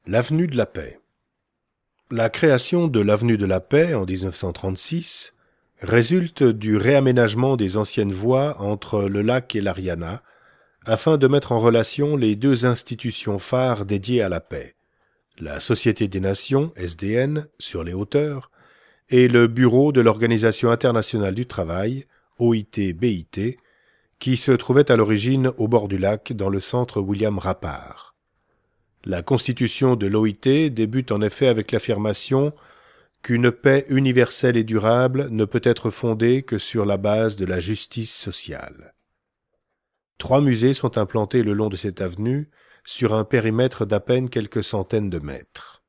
L'avenue de la Paix. La création de l'avenue de la Paix en 1936 résulte du réaménagement des anciennes voies entre le lac et l'Ariana afin de mettre en relation les deux institutions phares dédiées à la paix, la Société des Nations, SDN, sur les hauteurs, et le Bureau de l'Organisation internationale du travail, OIT-BIT, qui se trouvait à l'origine au bord du lac dans le centre William Rappard. La constitution de l'OIT débute en effet avec l'affirmation qu'une paix universelle et durable ne peut être fondée que sur la base de la justice sociale. 3 musées sont implantés le long de cette avenue, sur un périmètre d'à peine quelques centaines de mètres.